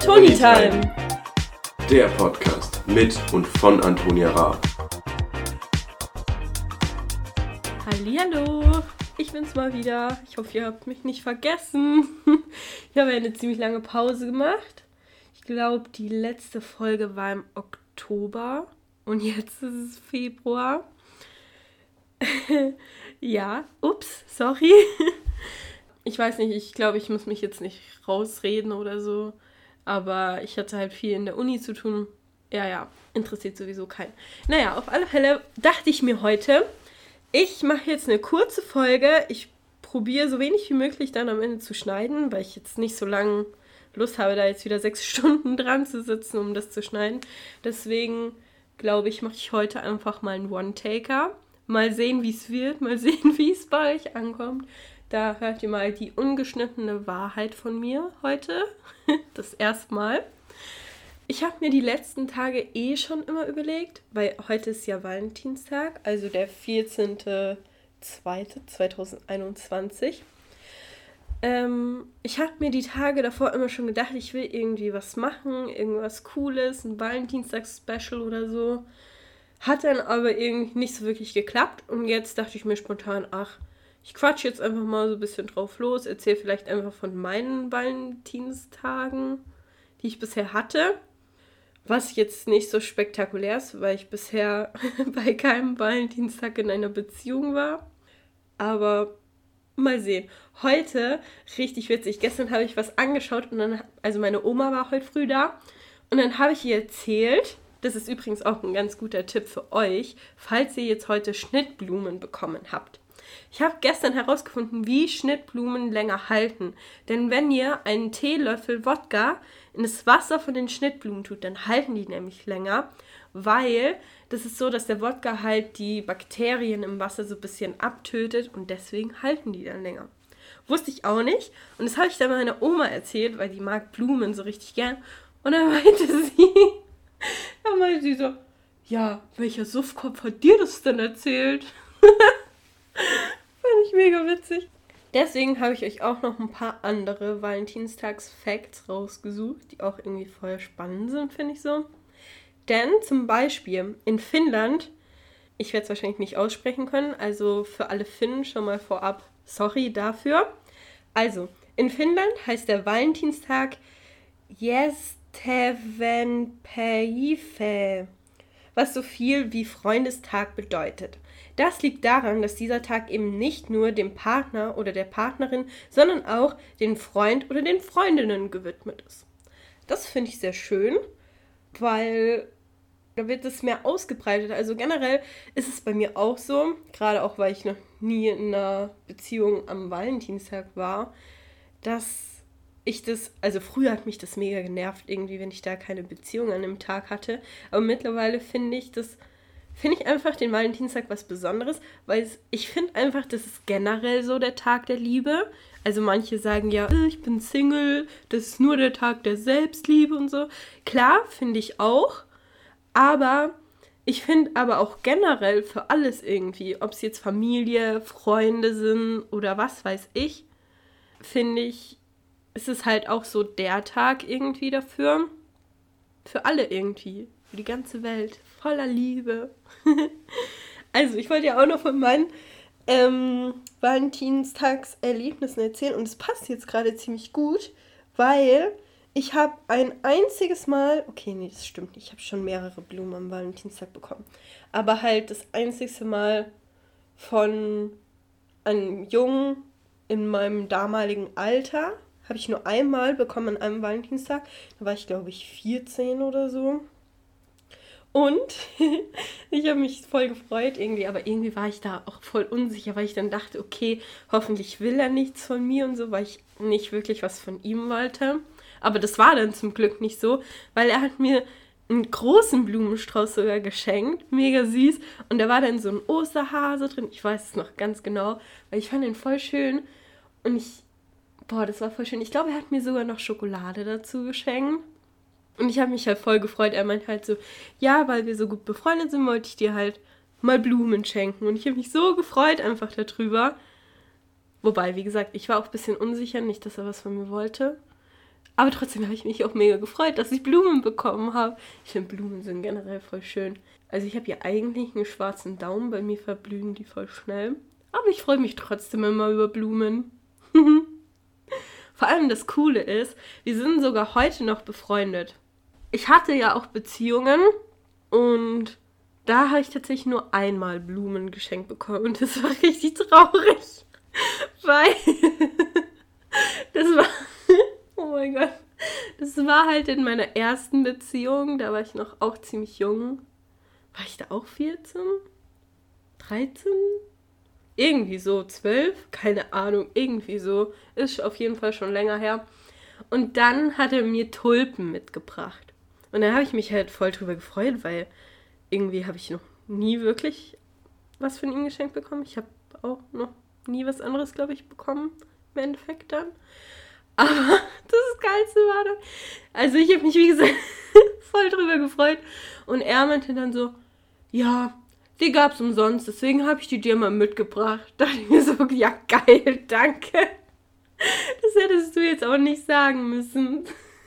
Toni Time. Der Podcast mit und von Antonia Raab. Hallihallo, ich bin's mal wieder. Ich hoffe, ihr habt mich nicht vergessen. Ich habe eine ziemlich lange Pause gemacht. Ich glaube, die letzte Folge war im Oktober und jetzt ist es Februar. Ja, ups, sorry. Ich weiß nicht, ich glaube, ich muss mich jetzt nicht rausreden oder so. Aber ich hatte halt viel in der Uni zu tun. Ja, interessiert sowieso keinen. Naja, auf alle Fälle dachte ich mir heute, ich mache jetzt eine kurze Folge. Ich probiere so wenig wie möglich dann am Ende zu schneiden, weil ich jetzt nicht so lange Lust habe, da jetzt wieder 6 Stunden dran zu sitzen, um das zu schneiden. Deswegen glaube ich, mache ich heute einfach mal einen One-Taker. Mal sehen, wie es wird, mal sehen, wie es bei euch ankommt. Da hört ihr mal die ungeschnittene Wahrheit von mir heute. Das erste Mal. Ich habe mir die letzten Tage schon immer überlegt, weil heute ist ja Valentinstag, also der 14.02.2021. Ich habe mir die Tage davor immer schon gedacht, ich will irgendwie was machen, irgendwas Cooles, ein Valentinstags-Special oder so. Hat dann aber irgendwie nicht so wirklich geklappt und jetzt dachte ich mir spontan, ich quatsche jetzt einfach mal so ein bisschen drauf los, erzähle vielleicht einfach von meinen Valentinstagen, die ich bisher hatte. Was jetzt nicht so spektakulär ist, weil ich bisher bei keinem Valentinstag in einer Beziehung war. Aber mal sehen. Heute, richtig witzig, gestern habe ich was angeschaut und dann, also meine Oma war heute früh da und dann habe ich ihr erzählt, das ist übrigens auch ein ganz guter Tipp für euch, falls ihr jetzt heute Schnittblumen bekommen habt. Ich habe gestern herausgefunden, wie Schnittblumen länger halten. Denn wenn ihr einen Teelöffel Wodka in das Wasser von den Schnittblumen tut, dann halten die nämlich länger, weil das ist so, dass der Wodka halt die Bakterien im Wasser so ein bisschen abtötet und deswegen halten die dann länger. Wusste ich auch nicht und das habe ich dann meiner Oma erzählt, weil die mag Blumen so richtig gern und dann meinte sie so, ja, welcher Suffkopf hat dir das denn erzählt? Fand ich mega witzig. Deswegen habe ich euch auch noch ein paar andere Valentinstags-Facts rausgesucht, die auch irgendwie voll spannend sind, finde ich so. Denn zum Beispiel in Finnland, ich werde es wahrscheinlich nicht aussprechen können, also für alle Finnen schon mal vorab, sorry dafür. Also, in Finnland heißt der Valentinstag Ystävänpäivä, was so viel wie Freundestag bedeutet. Das liegt daran, dass dieser Tag eben nicht nur dem Partner oder der Partnerin, sondern auch den Freund oder den Freundinnen gewidmet ist. Das finde ich sehr schön, weil da wird es mehr ausgebreitet. Also generell ist es bei mir auch so, gerade auch, weil ich noch nie in einer Beziehung am Valentinstag war, dass ich das, also früher hat mich das mega genervt irgendwie, wenn ich da keine Beziehung an dem Tag hatte, aber mittlerweile finde ich einfach den Valentinstag was Besonderes, weil ich finde einfach, das ist generell so der Tag der Liebe. Also manche sagen ja, ich bin Single, das ist nur der Tag der Selbstliebe und so. Klar, finde ich auch, aber ich finde aber auch generell für alles irgendwie, ob es jetzt Familie, Freunde sind oder was weiß ich, finde ich, ist es halt auch so der Tag irgendwie dafür. Für alle irgendwie. Für die ganze Welt. Voller Liebe. Also, ich wollte ja auch noch von meinen Valentinstagserlebnissen erzählen. Und es passt jetzt gerade ziemlich gut, weil ich habe ein einziges Mal... Okay, nee, das stimmt nicht. Ich habe schon mehrere Blumen am Valentinstag bekommen. Aber halt das einzigste Mal von einem Jungen in meinem damaligen Alter... habe ich nur einmal bekommen an einem Valentinstag. Da war ich, glaube ich, 14 oder so. Und ich habe mich voll gefreut irgendwie, aber irgendwie war ich da auch voll unsicher, weil ich dann dachte, okay, hoffentlich will er nichts von mir und so, weil ich nicht wirklich was von ihm wollte. Aber das war dann zum Glück nicht so, weil er hat mir einen großen Blumenstrauß sogar geschenkt, mega süß. Und da war dann so ein Osterhase drin, ich weiß es noch ganz genau, weil ich fand ihn voll schön. Und das war voll schön. Ich glaube, er hat mir sogar noch Schokolade dazu geschenkt. Und ich habe mich halt voll gefreut. Er meint halt so, ja, weil wir so gut befreundet sind, wollte ich dir halt mal Blumen schenken. Und ich habe mich so gefreut einfach darüber. Wobei, wie gesagt, ich war auch ein bisschen unsicher, nicht, dass er was von mir wollte. Aber trotzdem habe ich mich auch mega gefreut, dass ich Blumen bekommen habe. Ich finde, Blumen sind generell voll schön. Also ich habe ja eigentlich einen schwarzen Daumen, bei mir verblühen die voll schnell. Aber ich freue mich trotzdem immer über Blumen. Vor allem das Coole ist, wir sind sogar heute noch befreundet. Ich hatte ja auch Beziehungen und da habe ich tatsächlich nur einmal Blumen geschenkt bekommen. Und das war richtig traurig, weil das war, oh mein Gott, das war halt in meiner ersten Beziehung, da war ich noch auch ziemlich jung. War ich da auch 14? 13? Irgendwie so, 12? Keine Ahnung, irgendwie so. Ist auf jeden Fall schon länger her. Und dann hat er mir Tulpen mitgebracht. Und dann habe ich mich halt voll drüber gefreut, weil irgendwie habe ich noch nie wirklich was von ihm geschenkt bekommen. Ich habe auch noch nie was anderes, glaube ich, bekommen. Im Endeffekt dann. Aber das Geilste war dann, also ich habe mich, wie gesagt, voll drüber gefreut. Und er meinte dann so, ja, die gab's umsonst, deswegen habe ich die dir mal mitgebracht. Da dachte ich mir so, ja geil, danke. Das hättest du jetzt auch nicht sagen müssen.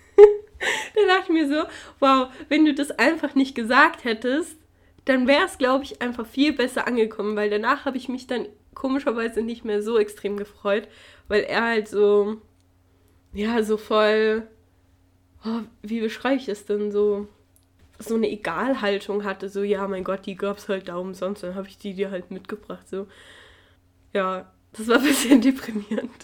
Da dachte ich mir so, wow, wenn du das einfach nicht gesagt hättest, dann wäre es, glaube ich, einfach viel besser angekommen, weil danach habe ich mich dann komischerweise nicht mehr so extrem gefreut, weil er halt so, ja, so voll, oh, wie beschreibe ich das denn, so eine Egalhaltung hatte, so, ja, mein Gott, die gab's halt da umsonst, dann habe ich die dir halt mitgebracht, so. Ja, das war ein bisschen deprimierend.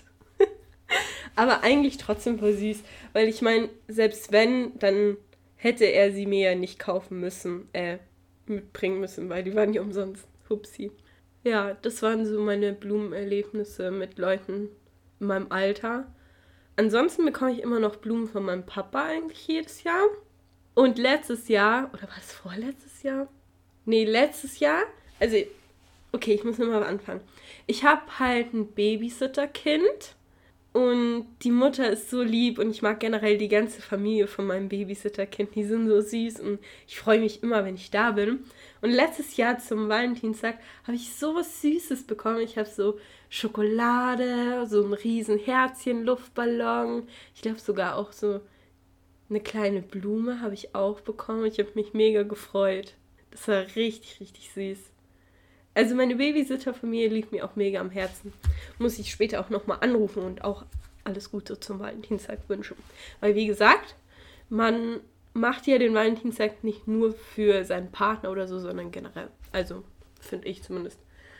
Aber eigentlich trotzdem voll süß, weil ich meine, selbst wenn, dann hätte er sie mir ja nicht kaufen müssen, mitbringen müssen, weil die waren ja umsonst. Hupsi. Ja, das waren so meine Blumenerlebnisse mit Leuten in meinem Alter. Ansonsten bekomme ich immer noch Blumen von meinem Papa eigentlich jedes Jahr. Und letztes Jahr, oder war es vorletztes Jahr? Nee, letztes Jahr, also, okay, ich muss nochmal anfangen. Ich habe halt ein Babysitterkind und die Mutter ist so lieb und ich mag generell die ganze Familie von meinem Babysitterkind. Die sind so süß und ich freue mich immer, wenn ich da bin. Und letztes Jahr zum Valentinstag habe ich so was Süßes bekommen. Ich habe so Schokolade, so ein riesen Herzchen, Luftballon. Ich glaube sogar auch so eine kleine Blume habe ich auch bekommen. Ich habe mich mega gefreut. Das war richtig, richtig süß. Also meine Babysitter-Familie liegt mir auch mega am Herzen. Muss ich später auch nochmal anrufen und auch alles Gute zum Valentinstag wünschen. Weil wie gesagt, man macht ja den Valentinstag nicht nur für seinen Partner oder so, sondern generell. Also, finde ich zumindest.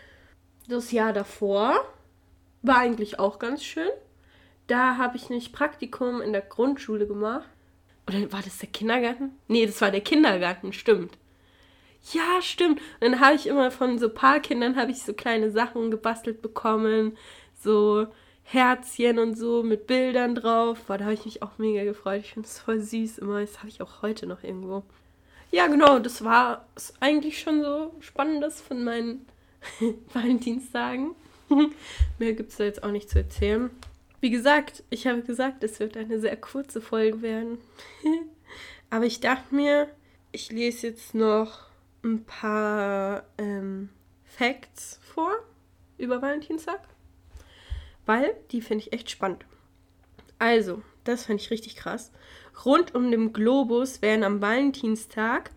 Das Jahr davor war eigentlich auch ganz schön. Da habe ich nämlich Praktikum in der Grundschule gemacht. Oder war das der Kindergarten? Nee, das war der Kindergarten, stimmt. Ja, stimmt. Und dann habe ich immer von so ein paar Kindern habe ich so kleine Sachen gebastelt bekommen. So Herzchen und so mit Bildern drauf. Boah, da habe ich mich auch mega gefreut. Ich finde es voll süß immer. Das habe ich auch heute noch irgendwo. Ja, genau. Das war eigentlich schon so Spannendes von meinen Valentinstagen. Mehr gibt es da jetzt auch nicht zu erzählen. Wie gesagt, ich habe gesagt, es wird eine sehr kurze Folge werden. Aber ich dachte mir, ich lese jetzt noch ein paar Facts vor über Valentinstag, weil die finde ich echt spannend. Also, das fand ich richtig krass. Rund um den Globus werden am Valentinstag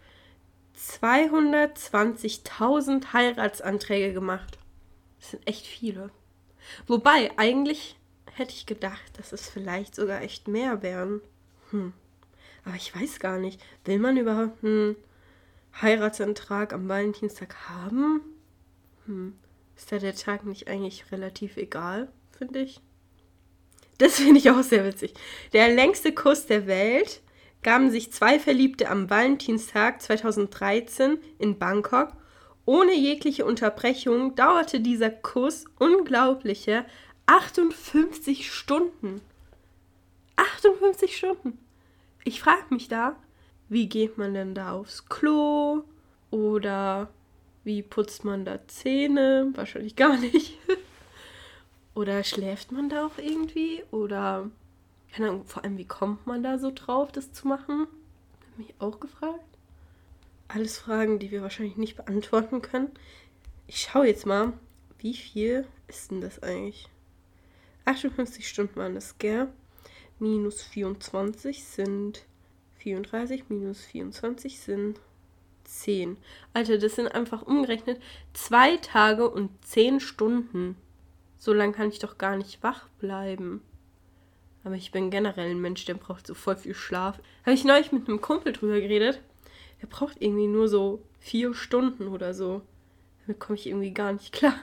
220.000 Heiratsanträge gemacht. Das sind echt viele. Wobei, eigentlich hätte ich gedacht, dass es vielleicht sogar echt mehr wären. Aber ich weiß gar nicht. Will man überhaupt einen Heiratsantrag am Valentinstag haben? Ist da der Tag nicht eigentlich relativ egal, finde ich? Das finde ich auch sehr witzig. Der längste Kuss der Welt gaben sich zwei Verliebte am Valentinstag 2013 in Bangkok. Ohne jegliche Unterbrechung dauerte dieser Kuss unglaubliche 58 Stunden. 58 Stunden. Ich frage mich da, wie geht man denn da aufs Klo? Oder wie putzt man da Zähne? Wahrscheinlich gar nicht. Oder schläft man da auch irgendwie? Oder, keine Ahnung, vor allem, wie kommt man da so drauf, das zu machen? Hab mich auch gefragt. Alles Fragen, die wir wahrscheinlich nicht beantworten können. Ich schaue jetzt mal, wie viel ist denn das eigentlich? 58 Stunden waren das, gell? minus 24 sind 34, minus 24 sind 10. Alter, das sind einfach umgerechnet 2 Tage und 10 Stunden. So lange kann ich doch gar nicht wach bleiben. Aber ich bin generell ein Mensch, der braucht so voll viel Schlaf. Habe ich neulich mit einem Kumpel drüber geredet. Der braucht irgendwie nur so 4 Stunden oder so. Damit komme ich irgendwie gar nicht klar.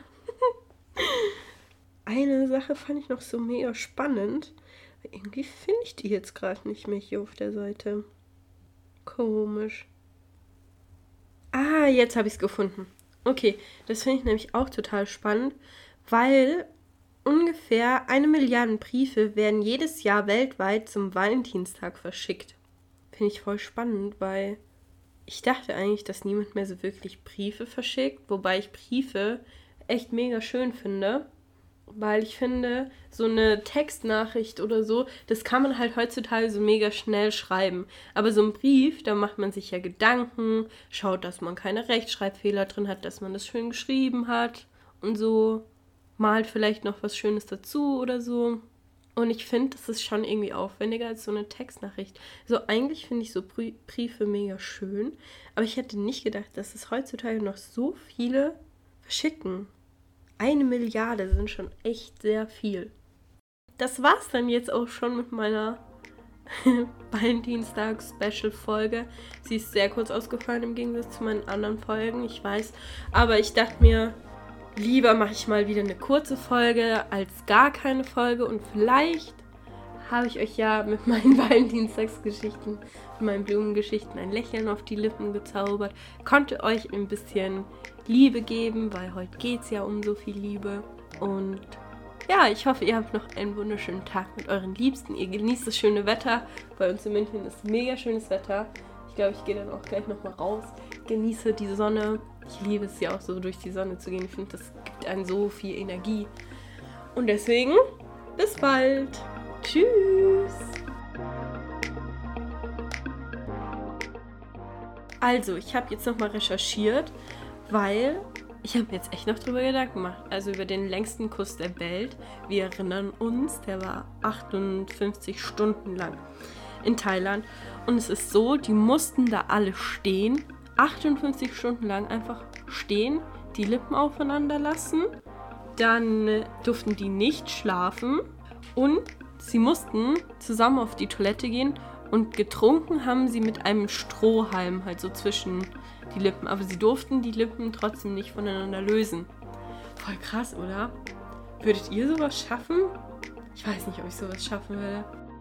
Eine Sache fand ich noch so mega spannend. Irgendwie finde ich die jetzt gerade nicht mehr hier auf der Seite. Komisch. Ah, jetzt habe ich es gefunden. Okay, das finde ich nämlich auch total spannend, weil ungefähr 1 Milliarde Briefe werden jedes Jahr weltweit zum Valentinstag verschickt. Finde ich voll spannend, weil ich dachte eigentlich, dass niemand mehr so wirklich Briefe verschickt, wobei ich Briefe echt mega schön finde, weil ich finde, so eine Textnachricht oder so, das kann man halt heutzutage so mega schnell schreiben. Aber so ein Brief, da macht man sich ja Gedanken, schaut, dass man keine Rechtschreibfehler drin hat, dass man das schön geschrieben hat und so, malt vielleicht noch was Schönes dazu oder so. Und ich finde, das ist schon irgendwie aufwendiger als so eine Textnachricht. Also eigentlich finde ich so Briefe mega schön, aber ich hätte nicht gedacht, dass es heutzutage noch so viele verschicken. 1 Milliarde sind schon echt sehr viel. Das war's dann jetzt auch schon mit meiner Valentinstag-Special-Folge. Sie ist sehr kurz ausgefallen im Gegensatz zu meinen anderen Folgen, ich weiß. Aber ich dachte mir, lieber mache ich mal wieder eine kurze Folge als gar keine Folge. Und vielleicht habe ich euch ja mit meinen Valentinstagsgeschichten, mit meinen Blumengeschichten ein Lächeln auf die Lippen gezaubert. Konnte euch ein bisschen Liebe geben, weil heute geht es ja um so viel Liebe. Und ja, ich hoffe, ihr habt noch einen wunderschönen Tag mit euren Liebsten. Ihr genießt das schöne Wetter. Bei uns in München ist mega schönes Wetter. Ich glaube, ich gehe dann auch gleich nochmal raus. Genieße die Sonne. Ich liebe es ja auch so, durch die Sonne zu gehen. Ich finde, das gibt einem so viel Energie. Und deswegen, bis bald. Tschüss. Also, ich habe jetzt nochmal recherchiert, weil ich habe jetzt echt noch drüber Gedanken gemacht. Also über den längsten Kuss der Welt. Wir erinnern uns, der war 58 Stunden lang in Thailand. Und es ist so, die mussten da alle stehen, 58 Stunden lang einfach stehen, die Lippen aufeinander lassen. Dann durften die nicht schlafen und sie mussten zusammen auf die Toilette gehen und getrunken haben sie mit einem Strohhalm halt so zwischen die Lippen. Aber sie durften die Lippen trotzdem nicht voneinander lösen. Voll krass, oder? Würdet ihr sowas schaffen? Ich weiß nicht, ob ich sowas schaffen würde.